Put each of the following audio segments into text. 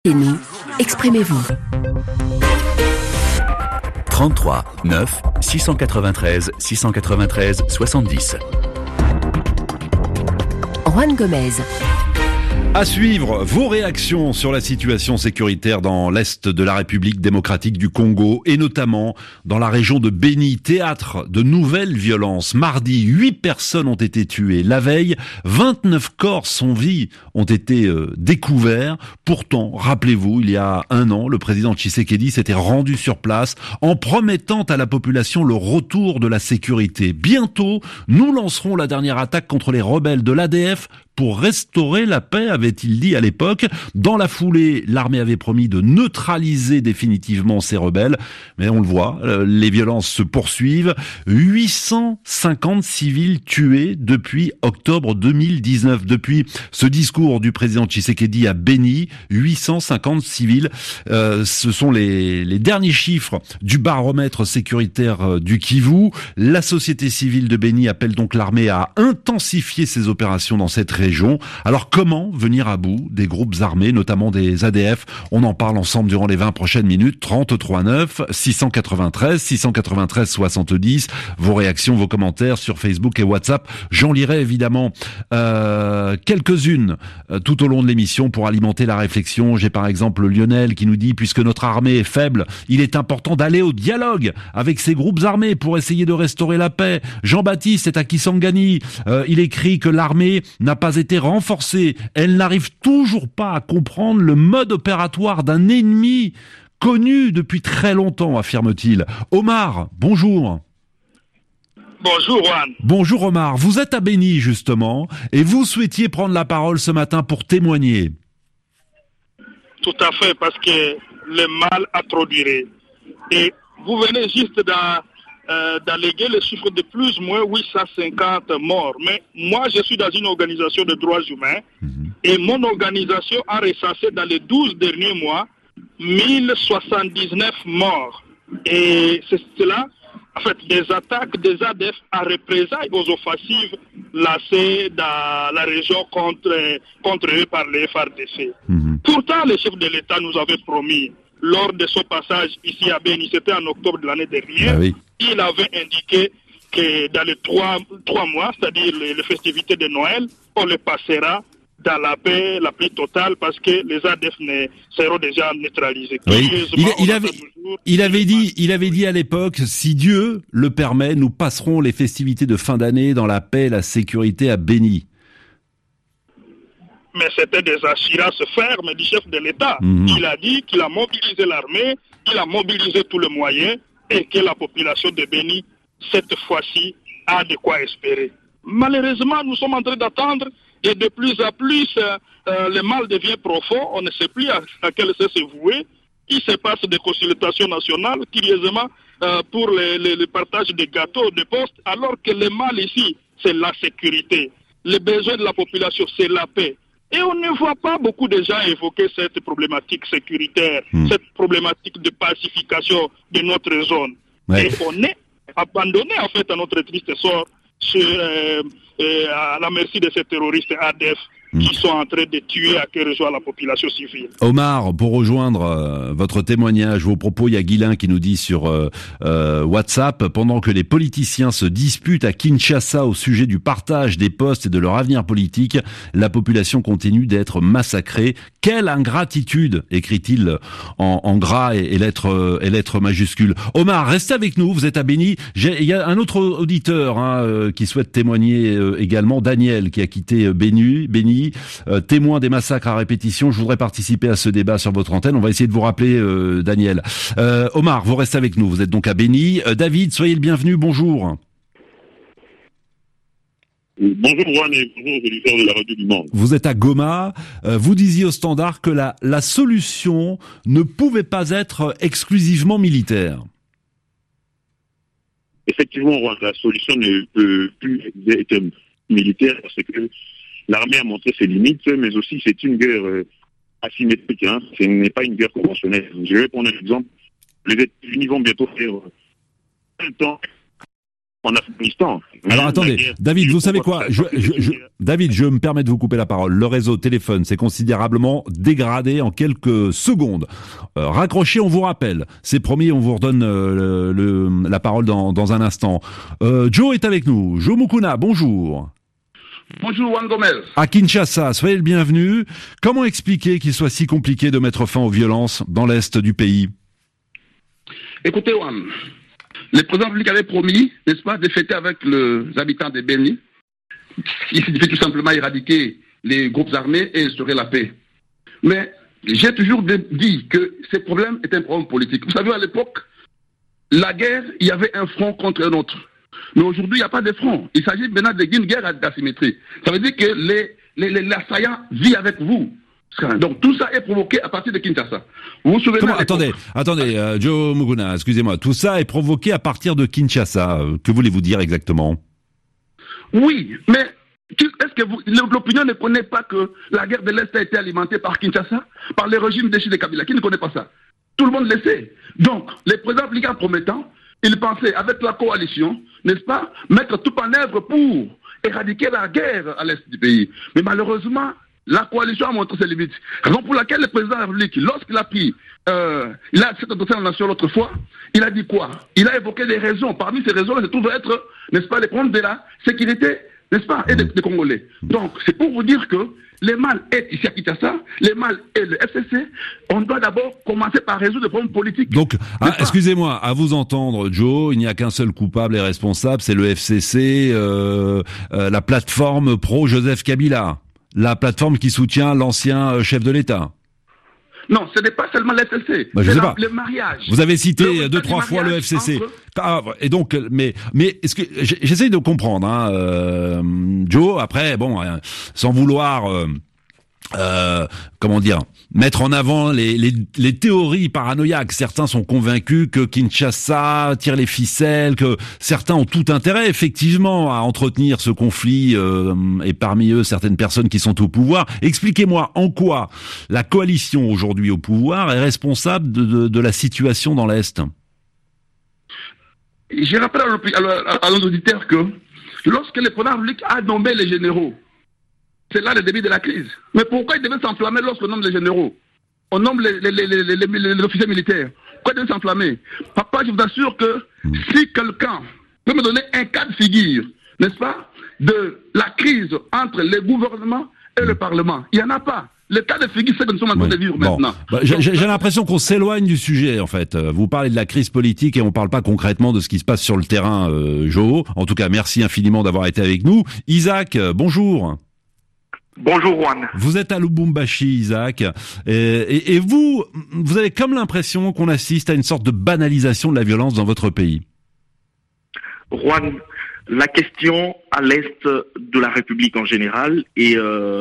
Et nous, exprimez-vous. 33 9 693 693 70. Juan Gomez. À suivre, vos réactions sur la situation sécuritaire dans l'Est de la République démocratique du Congo et notamment dans la région de Béni, théâtre de nouvelles violences. Mardi, 8 personnes ont été tuées. La veille, 29 corps sans vie ont été découverts. Pourtant, rappelez-vous, il y a un an, le président Tshisekedi s'était rendu sur place en promettant à la population le retour de la sécurité. Bientôt, nous lancerons la dernière attaque contre les rebelles de l'ADF pour restaurer la paix, avait-il dit à l'époque. Dans la foulée, l'armée avait promis de neutraliser définitivement ces rebelles. Mais on le voit, les violences se poursuivent. 850 civils tués depuis octobre 2019. Depuis ce discours du président Tshisekedi à Béni, 850 civils. Ce sont les derniers chiffres du baromètre sécuritaire du Kivu. La société civile de Béni appelle donc l'armée à intensifier ses opérations dans cette région. Alors comment venir à bout des groupes armés, notamment des ADF? On en parle ensemble durant les 20 prochaines minutes. 33 9 693 693 70. Vos réactions, vos commentaires sur Facebook et WhatsApp. J'en lirai évidemment quelques-unes tout au long de l'émission pour alimenter la réflexion. J'ai par exemple Lionel qui nous dit: puisque notre armée est faible, il est important d'aller au dialogue avec ces groupes armés pour essayer de restaurer la paix. Jean-Baptiste est à Kisangani. Il écrit que l'armée n'a pas été renforcée. Elle n'arrive toujours pas à comprendre le mode opératoire d'un ennemi connu depuis très longtemps, affirme-t-il. Omar, bonjour. Bonjour Juan. Bonjour Omar, vous êtes à Béni justement et vous souhaitiez prendre la parole ce matin pour témoigner. Tout à fait, parce que le mal a trop duré. Et vous venez juste d'alléguer le chiffre de plus ou moins 850 morts. Mais moi, je suis dans une organisation de droits humains et mon organisation a recensé dans les 12 derniers mois 1079 morts. Et c'est cela, en fait, des attaques des ADF à représailles aux offensives lancées dans la région contre eux par les FARDC. Pourtant, le chef de l'État nous avait promis, lors de son passage ici à Béni, c'était en octobre de l'année dernière, il avait indiqué que dans les trois mois, c'est-à-dire les festivités de Noël, on les passera dans la paix la plus totale parce que les ADF seront déjà neutralisés. Oui. Il avait dit à l'époque, si Dieu le permet, nous passerons les festivités de fin d'année dans la paix et la sécurité à Béni. Mais c'était des assurances fermes du chef de l'État. Il a dit qu'il a mobilisé l'armée, il a mobilisé tous les moyens et que la population de Béni, cette fois-ci, a de quoi espérer. Malheureusement, nous sommes en train d'attendre et de plus en plus, le mal devient profond. On ne sait plus à quel sens se vouer. Il se passe des consultations nationales, curieusement, pour le partage de gâteaux, de postes, alors que le mal ici, c'est la sécurité. Le besoin de la population, c'est la paix. Et on ne voit pas beaucoup de gens évoquer cette problématique sécuritaire, cette problématique de pacification de notre zone. Et on est abandonné en fait à notre triste sort à la merci de ces terroristes ADF qui sont en train de tuer à cœur joie la population civile. Omar, pour rejoindre votre témoignage, vos propos, il y a Guilain qui nous dit sur WhatsApp: pendant que les politiciens se disputent à Kinshasa au sujet du partage des postes et de leur avenir politique, la population continue d'être massacrée. Quelle ingratitude, écrit-il en gras et lettres majuscules. Omar, restez avec nous, vous êtes à Béni. Il y a un autre auditeur qui souhaite témoigner également, Daniel, qui a quitté Béni. Témoin des massacres à répétition. Je voudrais participer à ce débat sur votre antenne. On va essayer de vous rappeler, Daniel. Omar, vous restez avec nous. Vous êtes donc à Béni. David, soyez le bienvenu. Bonjour. Bonjour Juan et bonjour aux auditeurs de la Radio du Monde. Vous êtes à Goma. Vous disiez au Standard que la solution ne pouvait pas être exclusivement militaire. Effectivement, Juan, la solution ne peut plus être militaire parce que l'armée a montré ses limites, mais aussi c'est une guerre asymétrique. Ce n'est pas une guerre conventionnelle. Je vais prendre un exemple. Les États-Unis vont bientôt faire un temps en Afghanistan. Alors attendez, David, vous savez quoi, David, je me permets de vous couper la parole. Le réseau téléphone s'est considérablement dégradé en quelques secondes. Raccrochez, on vous rappelle. C'est promis, on vous redonne la parole dans un instant. Joe est avec nous. Joe Mukuna, bonjour. Bonjour Juan Gomez. À Kinshasa, soyez le bienvenu. Comment expliquer qu'il soit si compliqué de mettre fin aux violences dans l'est du pays? Écoutez Juan, le président public avait promis, n'est-ce pas, de fêter avec les habitants de Beni. Il signifie tout simplement éradiquer les groupes armés et instaurer la paix. Mais j'ai toujours dit que ce problème est un problème politique. Vous savez, à l'époque, la guerre, il y avait un front contre un autre. Mais aujourd'hui, il n'y a pas de front. Il s'agit maintenant d'une guerre d'asymétrie. Ça veut dire que l'assaillant vit avec vous. Donc tout ça est provoqué à partir de Kinshasa. Vous vous souvenez? Attendez, Joe Mukuna, excusez-moi. Tout ça est provoqué à partir de Kinshasa. Que voulez-vous dire exactement? Oui, mais est-ce que l'opinion ne connaît pas que la guerre de l'Est a été alimentée par Kinshasa, par le régime déchu de Kabila? Qui ne connaît pas ça? Tout le monde le sait. Donc, les présidents africains en promettant, ils pensaient, avec la coalition, n'est-ce pas, mettre tout en œuvre pour éradiquer la guerre à l'Est du pays. Mais malheureusement, la coalition a montré ses limites. Raison pour laquelle le président de la République, lorsqu'il a pris, il a cette dossier en nation l'autre fois, il a dit quoi? Il a évoqué des raisons. Parmi ces raisons, il se trouve être, n'est-ce pas, les problèmes de la sécurité, n'est-ce pas, et des Congolais. Donc, c'est pour vous dire que le mal est ici à Kinshasa, le mal est le FCC. On doit d'abord commencer par résoudre les problèmes politiques. Donc, excusez-moi, à vous entendre, Joe, il n'y a qu'un seul coupable et responsable, c'est le FCC, la plateforme pro-Joseph Kabila. La plateforme qui soutient l'ancien chef de l'État. Non, ce n'est pas seulement le FCC. Je sais pas. Le mariage. Vous avez cité 2-3 fois le FCC. Et donc, mais est-ce que j'essaye de comprendre, hein, Joe. Après, bon, sans vouloir. Comment dire, mettre en avant les théories paranoïaques. Certains sont convaincus que Kinshasa tire les ficelles, que certains ont tout intérêt effectivement à entretenir ce conflit, et parmi eux certaines personnes qui sont au pouvoir. Expliquez-moi en quoi la coalition aujourd'hui au pouvoir est responsable de la situation dans l'Est. Je rappelle à nos auditeurs que lorsque le président public a nommé les généraux, c'est là le début de la crise. Mais pourquoi il devait s'enflammer lorsqu'on nomme les généraux? On nomme les officiers militaires. Pourquoi il devait s'enflammer? Papa, je vous assure que si quelqu'un peut me donner un cas de figure, n'est-ce pas, de la crise entre le gouvernement et le Parlement, il n'y en a pas. Le cas de figure, c'est que nous sommes en train de vivre maintenant. J'ai l'impression qu'on s'éloigne du sujet, en fait. Vous parlez de la crise politique et on ne parle pas concrètement de ce qui se passe sur le terrain, Joe. En tout cas, merci infiniment d'avoir été avec nous. Isaac, bonjour. Bonjour Juan. Vous êtes à Lubumbashi, Isaac, et vous avez comme l'impression qu'on assiste à une sorte de banalisation de la violence dans votre pays. Juan, la question à l'est de la République en général et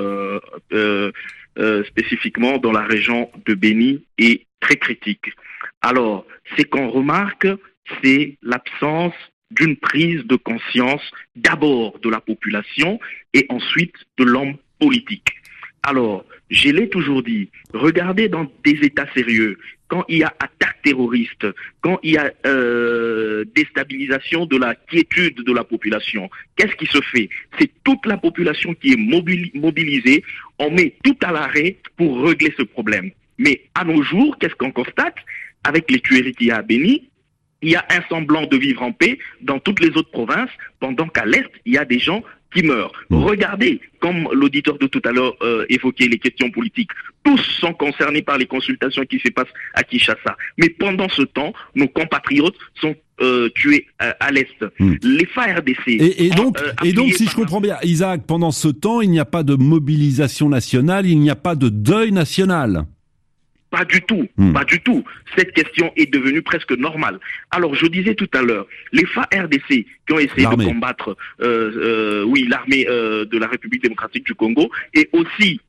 spécifiquement dans la région de Beni est très critique. Alors, ce qu'on remarque, c'est l'absence d'une prise de conscience d'abord de la population et ensuite de l'homme politique. Alors, je l'ai toujours dit, regardez dans des États sérieux, quand il y a attaque terroriste, quand il y a déstabilisation de la quiétude de la population, qu'est-ce qui se fait? C'est toute la population qui est mobilisée, on met tout à l'arrêt pour régler ce problème. Mais à nos jours, qu'est-ce qu'on constate? Avec les tueries qu'il y a à Beni, il y a un semblant de vivre en paix dans toutes les autres provinces, pendant qu'à l'Est, il y a des gens qui meurent. Regardez, comme l'auditeur de tout à l'heure évoquait les questions politiques, tous sont concernés par les consultations qui se passent à Kinshasa. Mais pendant ce temps, nos compatriotes sont tués à l'Est. Les FARDC... Et donc, si je comprends bien, Isaac, pendant ce temps, il n'y a pas de mobilisation nationale, il n'y a pas de deuil national. Pas du tout, pas du tout. Cette question est devenue presque normale. Alors, je disais tout à l'heure, les FARDC qui ont essayé de combattre, l'armée de la République démocratique du Congo, et aussi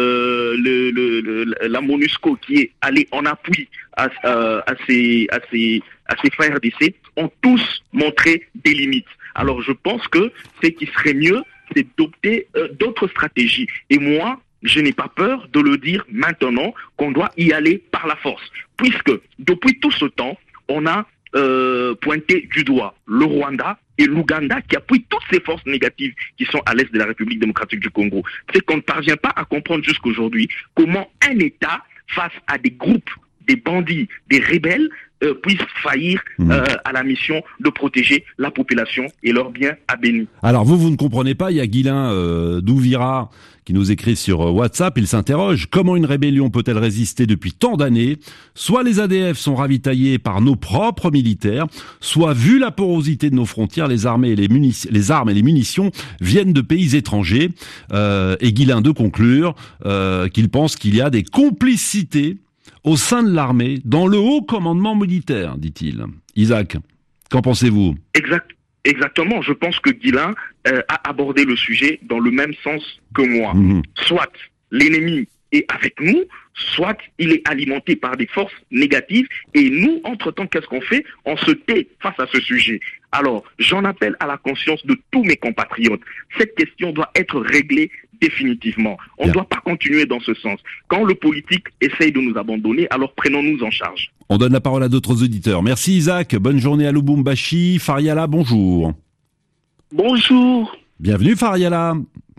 la MONUSCO qui est allée en appui à ces FARDC, ont tous montré des limites. Alors, je pense que ce qui serait mieux, c'est d'opter d'autres stratégies. Et moi, je n'ai pas peur de le dire maintenant qu'on doit y aller par la force. Puisque depuis tout ce temps, on a pointé du doigt le Rwanda et l'Ouganda qui appuient toutes ces forces négatives qui sont à l'est de la République démocratique du Congo. C'est qu'on ne parvient pas à comprendre jusqu'aujourd'hui comment un État, face à des groupes, des bandits, des rebelles, puisse faillir à la mission de protéger la population et leurs biens à Béni. Alors vous ne comprenez pas, il y a Guilain d'Ouvira qui nous écrit sur WhatsApp, il s'interroge, comment une rébellion peut-elle résister depuis tant d'années? Soit les ADF sont ravitaillés par nos propres militaires, soit vu la porosité de nos frontières, les armes et les munitions viennent de pays étrangers. Et Guilain de conclure qu'il pense qu'il y a des complicités au sein de l'armée, dans le haut commandement militaire, dit-il. Isaac, qu'en pensez-vous? Exactement, je pense que Guilain a abordé le sujet dans le même sens que moi. Soit l'ennemi est avec nous, soit il est alimenté par des forces négatives, et nous, entre-temps, qu'est-ce qu'on fait? On se tait face à ce sujet. Alors, j'en appelle à la conscience de tous mes compatriotes. Cette question doit être réglée définitivement. On ne doit pas continuer dans ce sens. Quand le politique essaye de nous abandonner, alors prenons-nous en charge. On donne la parole à d'autres auditeurs. Merci Isaac, bonne journée à Lubumbashi. Fariala, bonjour. Bonjour. Bienvenue Fariala.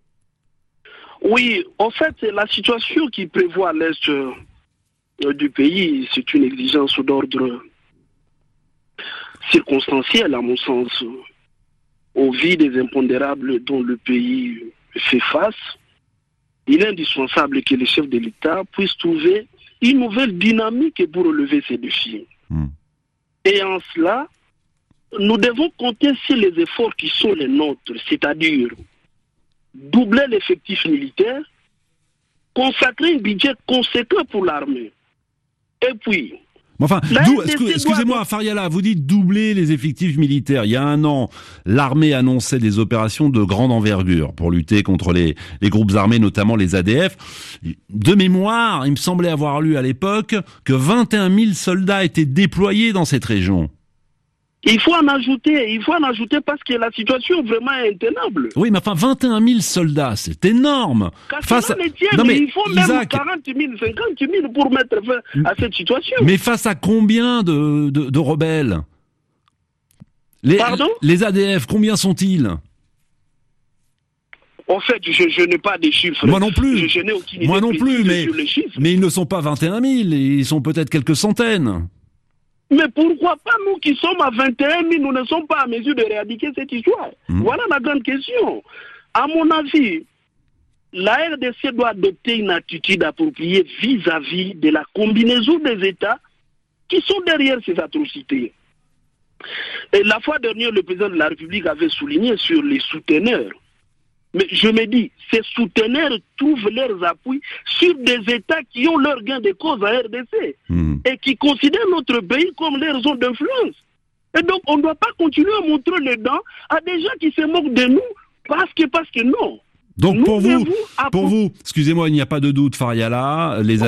Oui, en fait, la situation qui prévoit à l'est du pays, c'est une exigence d'ordre circonstanciel, à mon sens, au vu des impondérables dont le pays fait face. Il est indispensable que les chefs de l'État puissent trouver une nouvelle dynamique pour relever ces défis. Et en cela, nous devons compter sur les efforts qui sont les nôtres, c'est-à-dire doubler l'effectif militaire, consacrer un budget conséquent pour l'armée. Et puis, enfin, excusez-moi, Fariala, vous dites doubler les effectifs militaires. Il y a un an, l'armée annonçait des opérations de grande envergure pour lutter contre les groupes armés, notamment les ADF. De mémoire, il me semblait avoir lu à l'époque que 21 000 soldats étaient déployés dans cette région. Il faut en ajouter parce que la situation vraiment est intenable. Oui, mais enfin, 21 000 soldats, c'est énorme. Il faut même Isaac, 40 000, 50 000 pour mettre fin à cette situation. Mais face à combien de rebelles? Pardon? Les ADF, combien sont-ils? En fait, je n'ai pas des chiffres. Moi non plus. Je n'ai aucune idée. Moi non plus, sur les chiffres. Mais ils ne sont pas 21 000, ils sont peut-être quelques centaines. Mais pourquoi pas nous qui sommes à 21 000, nous ne sommes pas en mesure de éradiquer cette histoire? Voilà la grande question. À mon avis, la RDC doit adopter une attitude appropriée vis-à-vis de la combinaison des États qui sont derrière ces atrocités. Et la fois dernière, le président de la République avait souligné sur les souteneurs. Mais je me dis, ces souteneurs trouvent leurs appuis sur des États qui ont leur gain de cause à RDC et qui considèrent notre pays comme leur zone d'influence. Et donc, on ne doit pas continuer à montrer les dents à des gens qui se moquent de nous parce que non. Donc nous pour vous, excusez-moi, il n'y a pas de doute, Fariala, les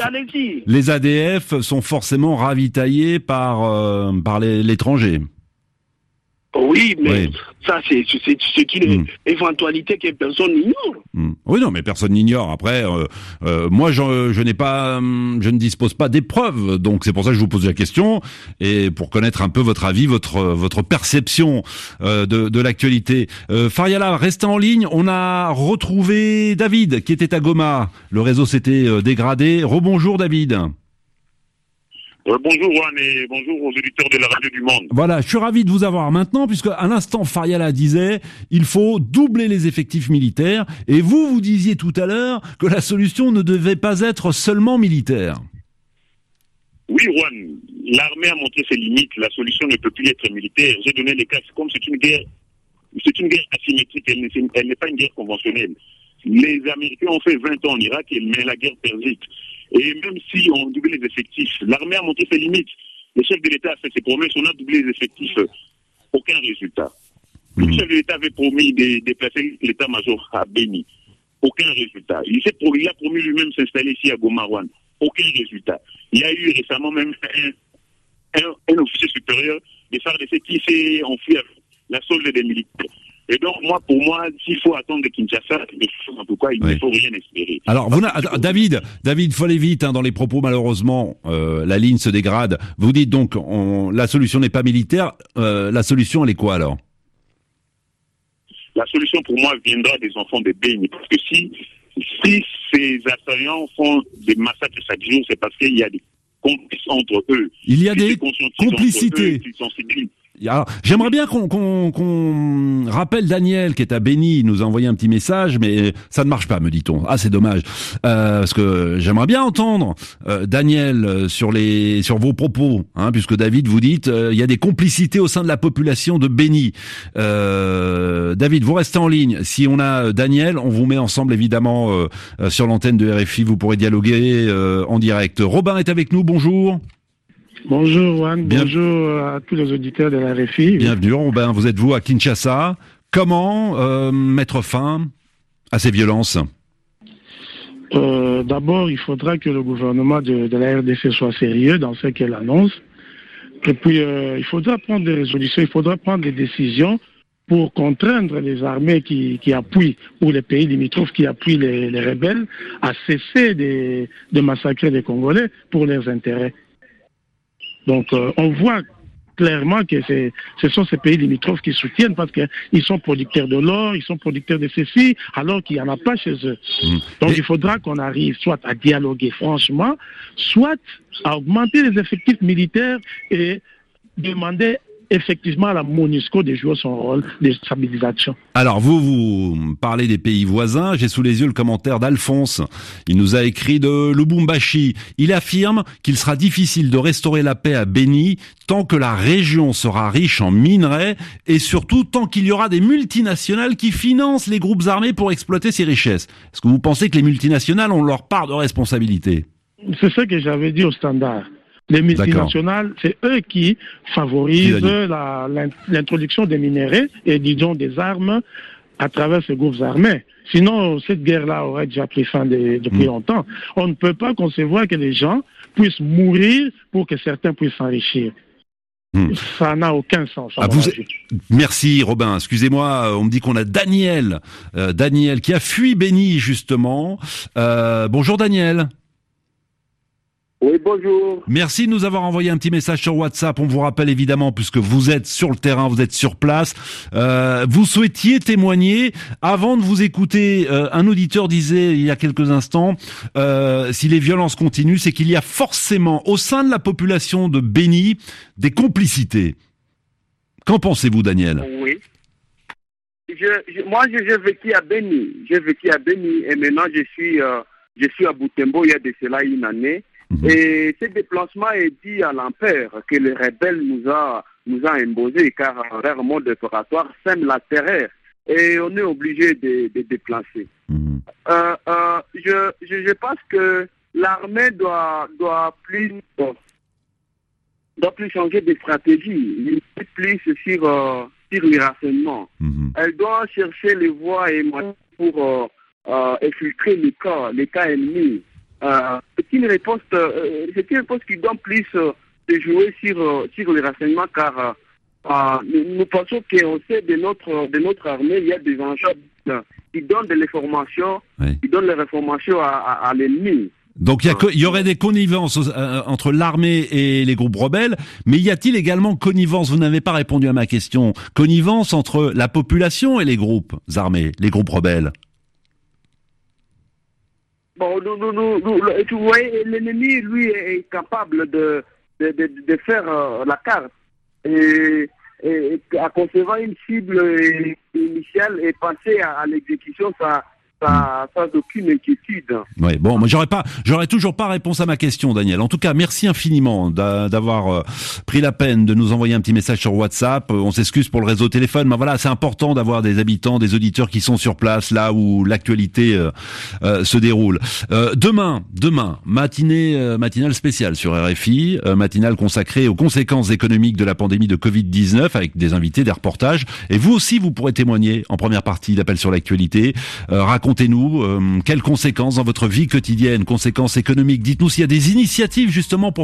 ADF sont forcément ravitaillés par l'étranger. Oui, mais ça, c'est une éventualité que personne n'ignore. Oui, non, mais personne n'ignore. Après, moi, je ne dispose pas des preuves, donc c'est pour ça que je vous pose la question, et pour connaître un peu votre avis, votre perception de l'actualité. Fariala, restez en ligne. On a retrouvé David, qui était à Goma. Le réseau s'était dégradé. Rebonjour, David. Bonjour Juan et bonjour aux auditeurs de la Radio du Monde. Voilà, je suis ravi de vous avoir maintenant, puisque à l'instant Fariala disait il faut doubler les effectifs militaires, et vous disiez tout à l'heure que la solution ne devait pas être seulement militaire. Oui Juan, l'armée a montré ses limites, la solution ne peut plus être militaire. J'ai donné les cas, comme c'est une guerre asymétrique, elle n'est pas une guerre conventionnelle. Les Américains ont fait 20 ans en Irak, mais la guerre persiste. Et même si on double les effectifs, l'armée a montré ses limites. Le chef de l'État a fait ses promesses, on a doublé les effectifs, aucun résultat. Le chef de l'État avait promis de déplacer l'état-major à Béni, aucun résultat. Il a promis lui-même s'installer ici à Goma-Wan, aucun résultat. Il y a eu récemment même un officier supérieur des FARDC qui s'est enfui avec la solde des militaires. Et donc, pour moi, s'il faut attendre de Kinshasa, en tout cas, il ne faut rien espérer. Alors, David, faut aller vite, dans les propos, malheureusement, la ligne se dégrade. Vous dites donc, la solution n'est pas militaire, la solution, elle est quoi alors? La solution pour moi viendra des enfants de Béni. Parce que si ces assaillants font des massacres chaque jour, c'est parce qu'il y a des complices entre eux. Il y a des complicités. Alors, j'aimerais bien qu'on rappelle Daniel qui est à Béni. Il nous a envoyé un petit message, mais ça ne marche pas, me dit-on. Ah, c'est dommage, parce que j'aimerais bien entendre Daniel sur vos propos, puisque David, vous dites il y a des complicités au sein de la population de Béni. David, vous restez en ligne. Si on a Daniel, on vous met ensemble évidemment sur l'antenne de RFI. Vous pourrez dialoguer en direct. Robin est avec nous. Bonjour. Bonjour Juan, bonjour à tous les auditeurs de la RFI. Bienvenue Robin, vous êtes à Kinshasa. Comment mettre fin à ces violences ? D'abord, il faudra que le gouvernement de la RDC soit sérieux dans ce qu'elle annonce. Et puis, il faudra prendre des résolutions, il faudra prendre des décisions pour contraindre les armées qui appuient, ou les pays limitrophes qui appuient les rebelles, à cesser de massacrer les Congolais pour leurs intérêts. Donc, on voit clairement que ce sont ces pays limitrophes qui soutiennent parce qu'ils sont producteurs de l'or, ils sont producteurs de ceci, alors qu'il n'y en a pas chez eux. Donc, il faudra qu'on arrive soit à dialoguer franchement, soit à augmenter les effectifs militaires et demander effectivement à la MONUSCO de jouer son rôle de stabilisation. Alors, vous parlez des pays voisins. J'ai sous les yeux le commentaire d'Alphonse. Il nous a écrit de Lubumbashi. Il affirme qu'il sera difficile de restaurer la paix à Béni tant que la région sera riche en minerais et surtout tant qu'il y aura des multinationales qui financent les groupes armés pour exploiter ces richesses. Est-ce que vous pensez que les multinationales ont leur part de responsabilité ? C'est ce que j'avais dit au Standard. Les multinationales, c'est eux qui favorisent l'introduction des minéraux et disons des armes à travers ces groupes armés. Sinon, cette guerre-là aurait déjà pris fin depuis longtemps. On ne peut pas concevoir que les gens puissent mourir pour que certains puissent s'enrichir. Ça n'a aucun sens. Merci Robin. Excusez-moi, on me dit qu'on a Daniel qui a fui Béni justement. Bonjour Daniel. Oui, bonjour. Merci de nous avoir envoyé un petit message sur WhatsApp. On vous rappelle évidemment, puisque vous êtes sur le terrain, vous êtes sur place. Vous souhaitiez témoigner. Avant de vous écouter, un auditeur disait il y a quelques instants, si les violences continuent, c'est qu'il y a forcément au sein de la population de Béni des complicités. Qu'en pensez-vous, Daniel ? Oui. Moi, j'ai vécu à Béni. Et maintenant, je suis à Butembo il y a de cela une année. Et ce déplacement est dit à l'empire que les rebelles nous a imposé, car leur mode opératoire sème la terreur et on est obligé de déplacer. Je pense que l'armée doit plus changer de stratégie, plus sur les renseignements. Elle doit chercher les voies et moyens pour infiltrer les cas ennemis. C'est une réponse qui donne plus de jouer sur les renseignements, car nous pensons qu'on sait de notre armée, il y a des enjeux qui donnent de l'information, qui donnent les informations à l'ennemi. Donc il y aurait des connivences entre l'armée et les groupes rebelles, mais y a-t-il également connivence ? Vous n'avez pas répondu à ma question. Connivence entre la population et les groupes armés, les groupes rebelles. Bon, tu vois, l'ennemi, lui, est capable de faire la carte et à concevoir une cible initiale et passer à l'exécution sans aucune inquiétude. Oui, bon, moi j'aurais toujours pas réponse à ma question, Daniel. En tout cas, merci infiniment d'avoir pris la peine de nous envoyer un petit message sur WhatsApp. On s'excuse pour le réseau téléphone, mais voilà, c'est important d'avoir des habitants, des auditeurs qui sont sur place, là où l'actualité se déroule. Demain, matinale spéciale sur RFI, matinale consacrée aux conséquences économiques de la pandémie de Covid-19, avec des invités, des reportages. Et vous aussi, vous pourrez témoigner en première partie d'Appel sur l'actualité. Racontez-nous quelles conséquences dans votre vie quotidienne, conséquences économiques. Dites-nous s'il y a des initiatives justement pour